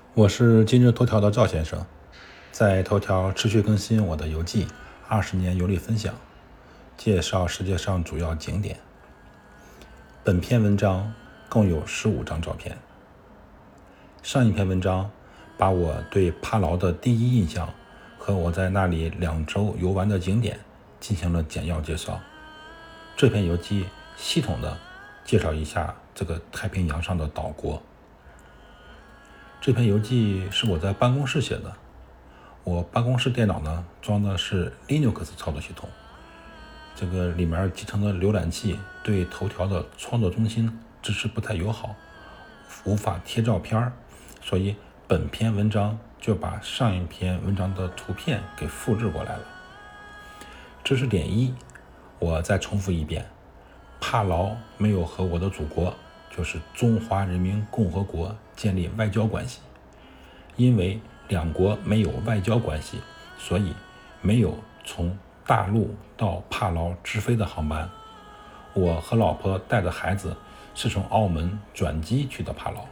我是今日头条的赵先生，在头条持续更新我的游记，20年游历分享，介绍世界上主要景点。本篇文章共有15张照片。上一篇文章把我对帕劳的第一印象和我在那里2周游玩的景点进行了简要介绍。这篇游记系统的介绍一下这个太平洋上的岛国。这篇游记是我在办公室写的，我办公室电脑呢装的是 Linux 操作系统，这个里面集成的浏览器对头条的创作中心支持不太友好，无法贴照片，所以本篇文章就把上一篇文章的图片给复制过来了。知识点1，我再重复一遍，帕劳没有和我的祖国就是中华人民共和国建立外交关系，因为两国没有外交关系，所以没有从大陆到帕劳直飞的航班。我和老婆带着孩子是从澳门转机去的帕劳。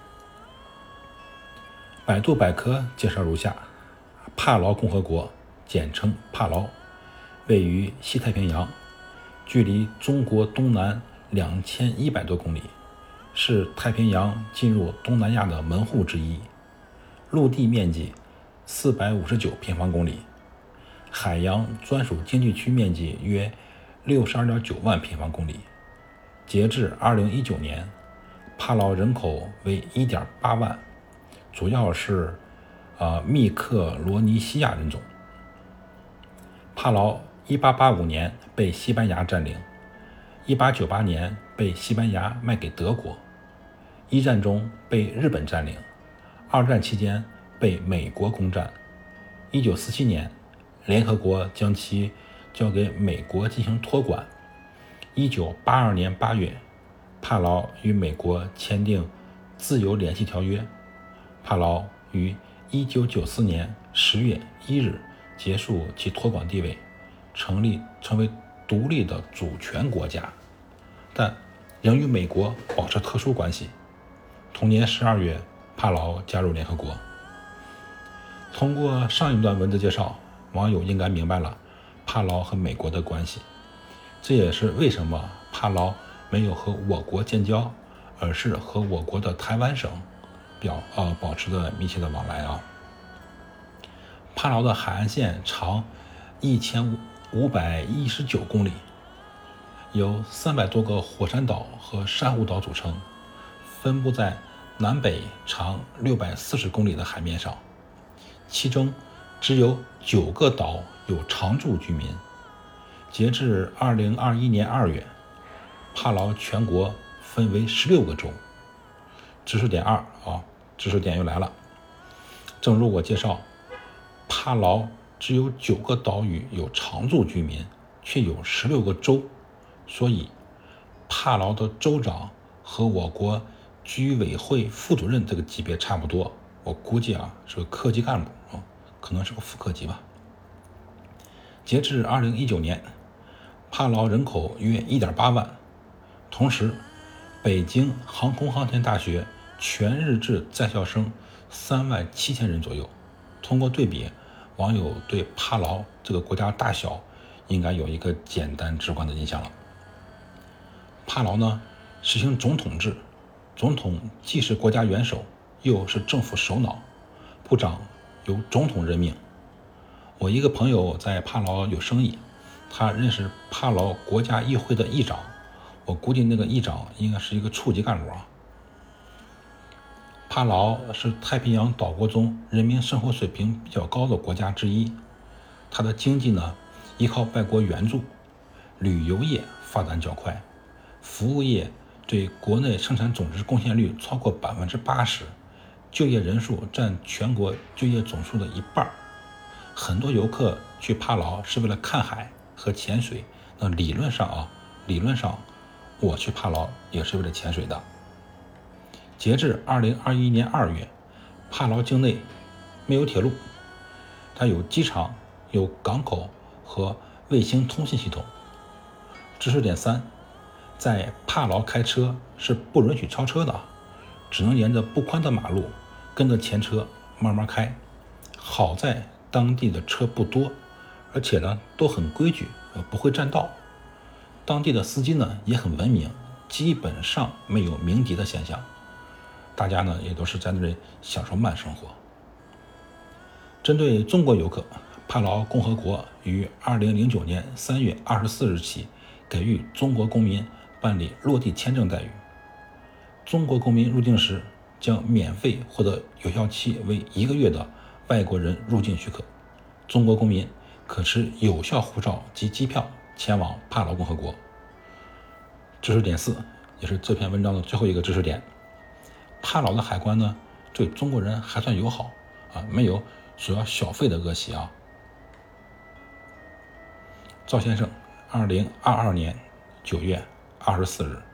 百度百科介绍如下：帕劳共和国，简称帕劳，位于西太平洋，距离中国东南2100多公里，是太平洋进入东南亚的门户之一。陆地面积459平方公里，海洋专属经济区面积约62.9万平方公里。截至2019年，帕劳人口为 1.8 万，主要是密克罗尼西亚人种。帕劳1885年被西班牙占领，1898年被西班牙卖给德国，一战中被日本占领，二战期间被美国攻占，1947年联合国将其交给美国进行托管。1982年8月，帕劳与美国签订自由联系条约。帕劳于1994年10月1日结束其托管地位，成为独立的主权国家，但仍与美国保持特殊关系。同年12月，帕劳加入联合国。通过上一段文字介绍，网友应该明白了帕劳和美国的关系，这也是为什么帕劳没有和我国建交，而是和我国的台湾省保持着密切的往来。帕劳的海岸线长1519公里，由300多个火山岛和珊瑚岛组成，分布在南北长640公里的海面上，其中只有9个岛有常住居民。截至2021年2月，帕劳全国分为16个州。知识点2知识点又来了。正如我介绍，帕劳只有9个岛屿有常住居民，却有16个州，所以帕劳的州长和我国居委会副主任这个级别差不多，我估计是个科级干部可能是个副科级吧。截至2019年，帕劳人口约 1.8 万，同时北京航空航天大学全日制在校生37000人左右。通过对比，网友对帕劳这个国家大小应该有一个简单直观的印象了。帕劳呢实行总统制，总统既是国家元首，又是政府首脑，部长由总统任命。我一个朋友在帕劳有生意，他认识帕劳国家议会的议长，我估计那个议长应该是一个处级干部。帕劳是太平洋岛国中人民生活水平比较高的国家之一，它的经济呢依靠外国援助，旅游业发展较快，服务业对国内生产总值贡献率超过 80%， 就业人数占全国就业总数的一半。很多游客去帕劳是为了看海和潜水，那理论上我去帕劳也是为了潜水的。截至2021年2月，帕劳境内没有铁路，它有机场、有港口和卫星通信系统。知识点3，在帕劳开车是不允许超车的，只能沿着不宽的马路跟着前车慢慢开。好在当地的车不多，而且呢都很规矩，不会占道。当地的司机呢也很文明，基本上没有鸣笛的现象。大家呢也都是在那里享受慢生活。针对中国游客，帕劳共和国于2009年3月24日起给予中国公民办理落地签证待遇。中国公民入境时将免费获得有效期为1个月的外国人入境许可。中国公民可持有效护照及机票前往帕劳共和国。知识点4，也是这篇文章的最后一个知识点。帕劳的海关呢，对中国人还算友好没有索要小费的恶习啊。赵先生，2022年9月24日。